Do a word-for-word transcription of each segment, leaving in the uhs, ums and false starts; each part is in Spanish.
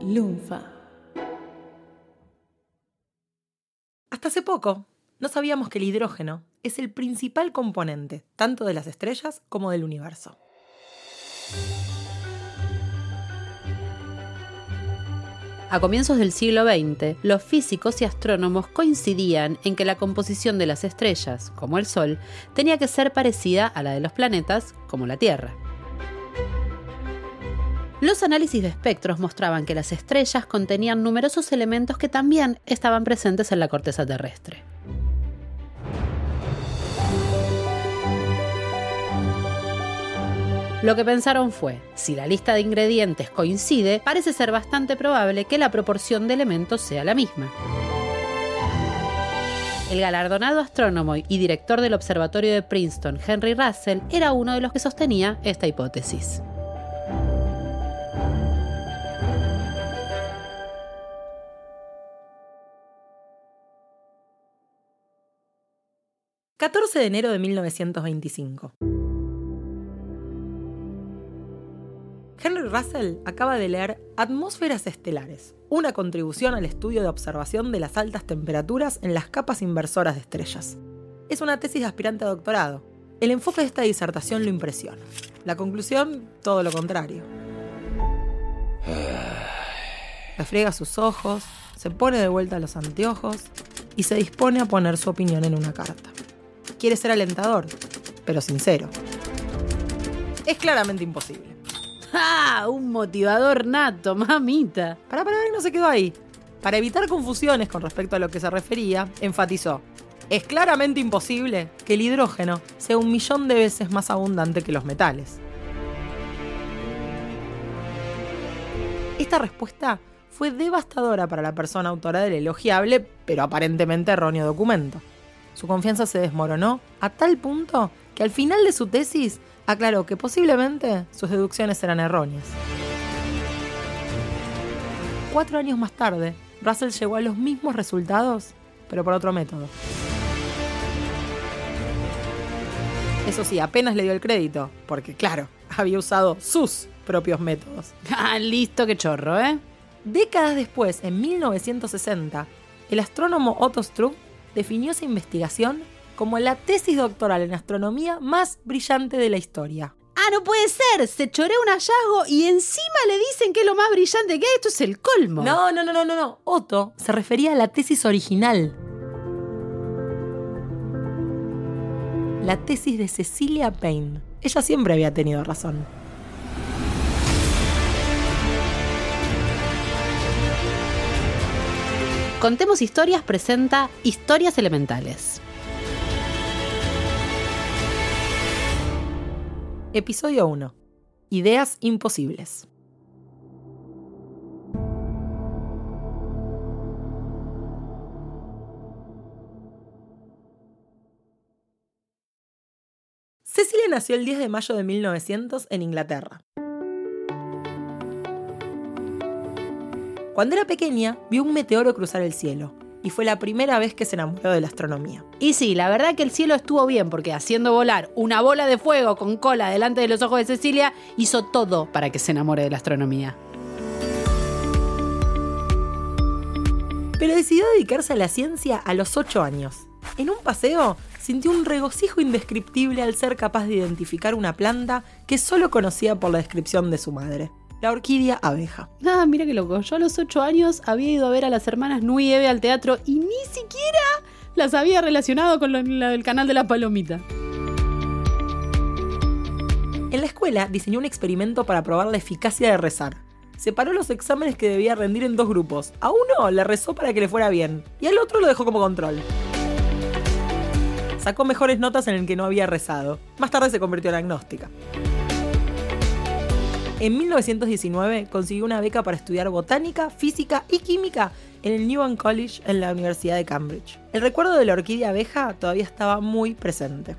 Lunfa. Hasta hace poco, no sabíamos que el hidrógeno es el principal componente tanto de las estrellas como del universo. A comienzos del siglo veinte, los físicos y astrónomos coincidían en que la composición de las estrellas, como el Sol, tenía que ser parecida a la de los planetas, como la Tierra. Los análisis de espectros mostraban que las estrellas contenían numerosos elementos que también estaban presentes en la corteza terrestre. Lo que pensaron fue, si la lista de ingredientes coincide, parece ser bastante probable que la proporción de elementos sea la misma. El galardonado astrónomo y director del observatorio de Princeton, Henry Russell, era uno de los que sostenía esta hipótesis. catorce de enero de mil novecientos veinticinco. Henry Russell acaba de leer Atmósferas estelares, una contribución al estudio de observación de las altas temperaturas en las capas inversoras de estrellas. Es una tesis de aspirante a doctorado. El enfoque de esta disertación lo impresiona. La conclusión, todo lo contrario. Refriega sus ojos, se pone de vuelta los anteojos y se dispone a poner su opinión en una carta. Quiere ser alentador, pero sincero. Es claramente imposible. ¡Ah! Un motivador nato, mamita. Para, para ver, no se quedó ahí. Para evitar confusiones con respecto a lo que se refería, enfatizó: es claramente imposible que el hidrógeno sea un millón de veces más abundante que los metales. Esta respuesta fue devastadora para la persona autora del elogiable, pero aparentemente erróneo documento. Su confianza se desmoronó a tal punto que al final de su tesis aclaró que posiblemente sus deducciones eran erróneas. Cuatro años más tarde, Russell llegó a los mismos resultados, pero por otro método. Eso sí, apenas le dio el crédito, porque claro, había usado sus propios métodos. Ah, listo, qué chorro, ¿eh? Décadas después, en mil novecientos sesenta, el astrónomo Otto Struve definió esa investigación como la tesis doctoral en astronomía más brillante de la historia. ¡Ah, no puede ser! Se chorea un hallazgo y encima le dicen que es lo más brillante que hay. Esto es el colmo. No, no, no, no, no, no. Otto se refería a la tesis original. La tesis de Cecilia Payne. Ella siempre había tenido razón. Contemos Historias presenta Historias Elementales. Episodio uno. Ideas imposibles. Cecilia nació el diez de mayo de mil novecientos en Inglaterra. Cuando era pequeña, vio un meteoro cruzar el cielo, y fue la primera vez que se enamoró de la astronomía. Y sí, la verdad que el cielo estuvo bien, porque haciendo volar una bola de fuego con cola delante de los ojos de Cecilia, hizo todo para que se enamore de la astronomía. Pero decidió dedicarse a la ciencia a los ocho años. En un paseo, sintió un regocijo indescriptible al ser capaz de identificar una planta que solo conocía por la descripción de su madre. La orquídea abeja. Ah, mira qué loco. Yo a los ocho años había ido a ver a las hermanas Nui y Eve al teatro y ni siquiera las había relacionado con lo, la del canal de la palomita. En la escuela diseñó un experimento para probar la eficacia de rezar. Separó los exámenes que debía rendir en dos grupos. A uno le rezó para que le fuera bien y al otro lo dejó como control. Sacó mejores notas en el que no había rezado. Más tarde se convirtió en agnóstica. En mil novecientos diecinueve consiguió una beca para estudiar botánica, física y química en el Newnham College en la Universidad de Cambridge. El recuerdo de la orquídea abeja todavía estaba muy presente.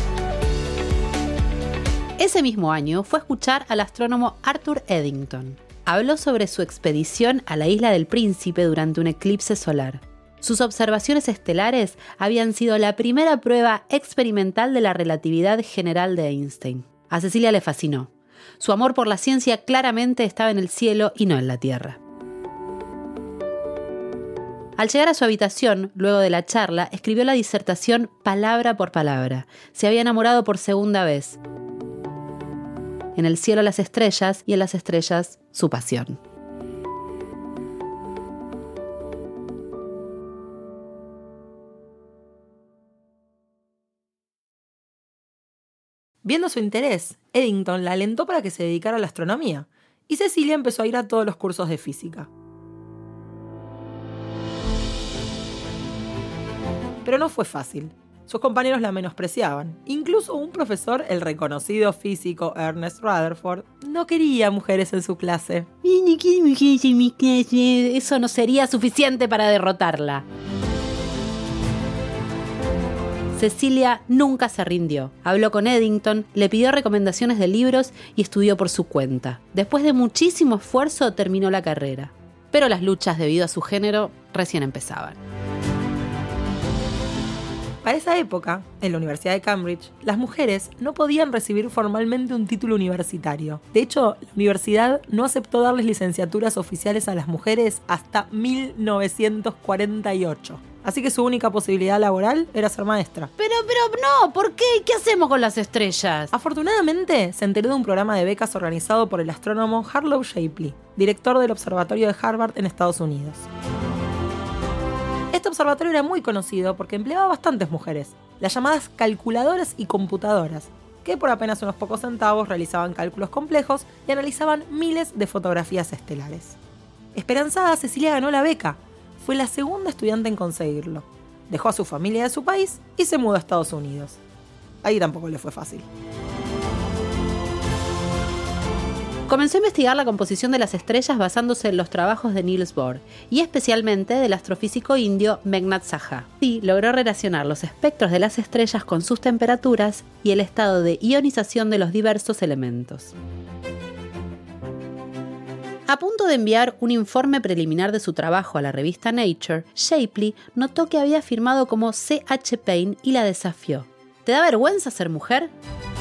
Ese mismo año fue a escuchar al astrónomo Arthur Eddington. Habló sobre su expedición a la Isla del Príncipe durante un eclipse solar. Sus observaciones estelares habían sido la primera prueba experimental de la relatividad general de Einstein. A Cecilia le fascinó. Su amor por la ciencia claramente estaba en el cielo y no en la tierra. Al llegar a su habitación, luego de la charla, escribió la disertación palabra por palabra. Se había enamorado por segunda vez. En el cielo las estrellas y en las estrellas su pasión. Viendo su interés, Eddington la alentó para que se dedicara a la astronomía, y Cecilia empezó a ir a todos los cursos de física. Pero no fue fácil. Sus compañeros la menospreciaban. Incluso un profesor, el reconocido físico Ernest Rutherford, no quería mujeres en su clase. No quiero mujeres en mi clase. Eso no sería suficiente para derrotarla. Cecilia nunca se rindió. Habló con Eddington, le pidió recomendaciones de libros y estudió por su cuenta. Después de muchísimo esfuerzo terminó la carrera. Pero las luchas debido a su género recién empezaban. Para esa época, en la Universidad de Cambridge, las mujeres no podían recibir formalmente un título universitario. De hecho, la universidad no aceptó darles licenciaturas oficiales a las mujeres hasta mil novecientos cuarenta y ocho. Así que su única posibilidad laboral era ser maestra. Pero, pero no, ¿por qué? ¿Qué hacemos con las estrellas? Afortunadamente, se enteró de un programa de becas organizado por el astrónomo Harlow Shapley, director del Observatorio de Harvard en Estados Unidos. Este observatorio era muy conocido porque empleaba bastantes mujeres, las llamadas calculadoras y computadoras, que por apenas unos pocos centavos realizaban cálculos complejos y analizaban miles de fotografías estelares. Esperanzada, Cecilia ganó la beca. Fue la segunda estudiante en conseguirlo. Dejó a su familia de su país y se mudó a Estados Unidos. Ahí tampoco le fue fácil. Comenzó a investigar la composición de las estrellas basándose en los trabajos de Niels Bohr y especialmente del astrofísico indio Meghnad Saha. Así logró relacionar los espectros de las estrellas con sus temperaturas y el estado de ionización de los diversos elementos. A punto de enviar un informe preliminar de su trabajo a la revista Nature, Shapley notó que había firmado como C H Payne y la desafió. ¿Te da vergüenza ser mujer?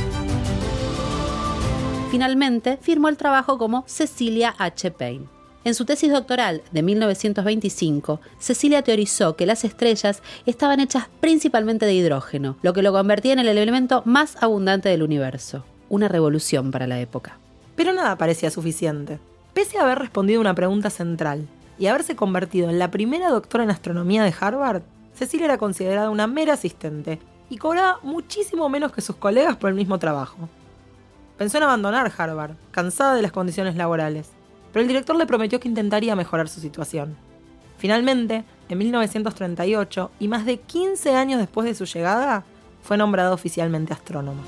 Finalmente, firmó el trabajo como Cecilia H. Payne. En su tesis doctoral de mil novecientos veinticinco, Cecilia teorizó que las estrellas estaban hechas principalmente de hidrógeno, lo que lo convertía en el elemento más abundante del universo. Una revolución para la época. Pero nada parecía suficiente. Pese a haber respondido una pregunta central y haberse convertido en la primera doctora en astronomía de Harvard, Cecilia era considerada una mera asistente y cobraba muchísimo menos que sus colegas por el mismo trabajo. Pensó en abandonar Harvard, cansada de las condiciones laborales, pero el director le prometió que intentaría mejorar su situación. Finalmente, en mil novecientos treinta y ocho, y más de quince años después de su llegada, fue nombrada oficialmente astrónoma.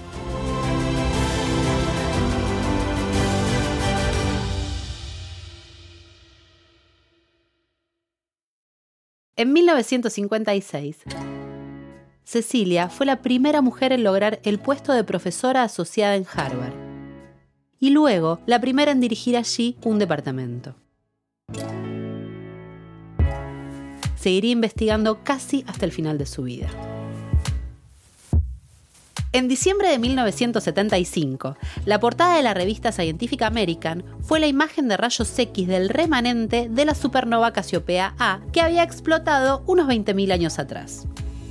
En mil novecientos cincuenta y seis, Cecilia fue la primera mujer en lograr el puesto de profesora asociada en Harvard y luego la primera en dirigir allí un departamento. Seguiría investigando casi hasta el final de su vida. En diciembre de mil novecientos setenta y cinco, la portada de la revista Scientific American fue la imagen de rayos X del remanente de la supernova Casiopea A, que había explotado unos veinte mil años atrás.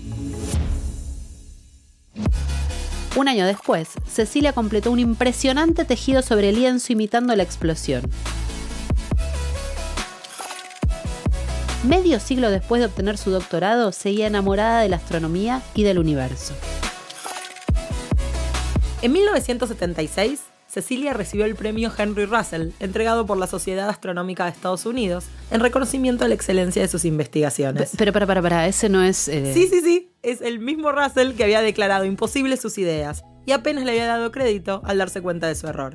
Un año después, Cecilia completó un impresionante tejido sobre lienzo imitando la explosión. Medio siglo después de obtener su doctorado, seguía enamorada de la astronomía y del universo. En mil novecientos setenta y seis, Cecilia recibió el premio Henry Russell, entregado por la Sociedad Astronómica de Estados Unidos, en reconocimiento a la excelencia de sus investigaciones. Pero, para, para, para, ese no es... Eh... Sí, sí, sí, es el mismo Russell que había declarado imposibles sus ideas, y apenas le había dado crédito al darse cuenta de su error.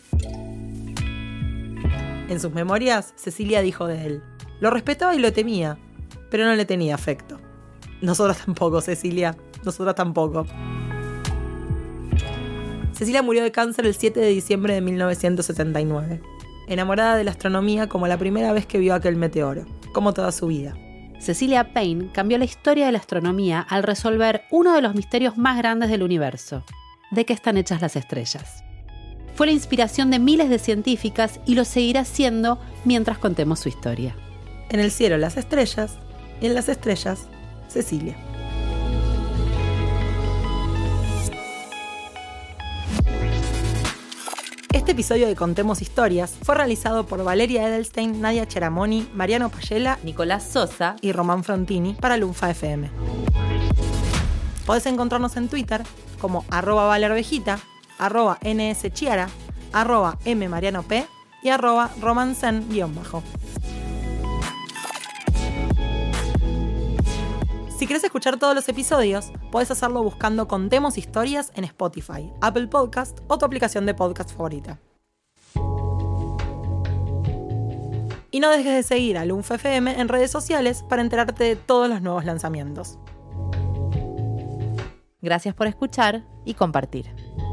En sus memorias, Cecilia dijo de él: lo respetaba y lo temía, pero no le tenía afecto. Nosotros tampoco, Cecilia, nosotros tampoco. Cecilia murió de cáncer el siete de diciembre de mil novecientos setenta y nueve, enamorada de la astronomía como la primera vez que vio aquel meteoro, como toda su vida. Cecilia Payne cambió la historia de la astronomía al resolver uno de los misterios más grandes del universo: ¿de qué están hechas las estrellas? Fue la inspiración de miles de científicas y lo seguirá siendo mientras contemos su historia. En el cielo las estrellas Y en las estrellas, Cecilia. Este episodio de Contemos Historias fue realizado por Valeria Edelstein, Nadia Cheramoni, Mariano Payela, Nicolás Sosa y Román Frontini para Lunfa F M. Podés encontrarnos en Twitter como arroba valervejita, arroba nschiara, arroba mmarianop y arroba romancen-bajo. Si querés escuchar todos los episodios, podés hacerlo buscando Contemos Historias en Spotify, Apple Podcast o tu aplicación de podcast favorita. Y no dejes de seguir a Lunfa F M en redes sociales para enterarte de todos los nuevos lanzamientos. Gracias por escuchar y compartir.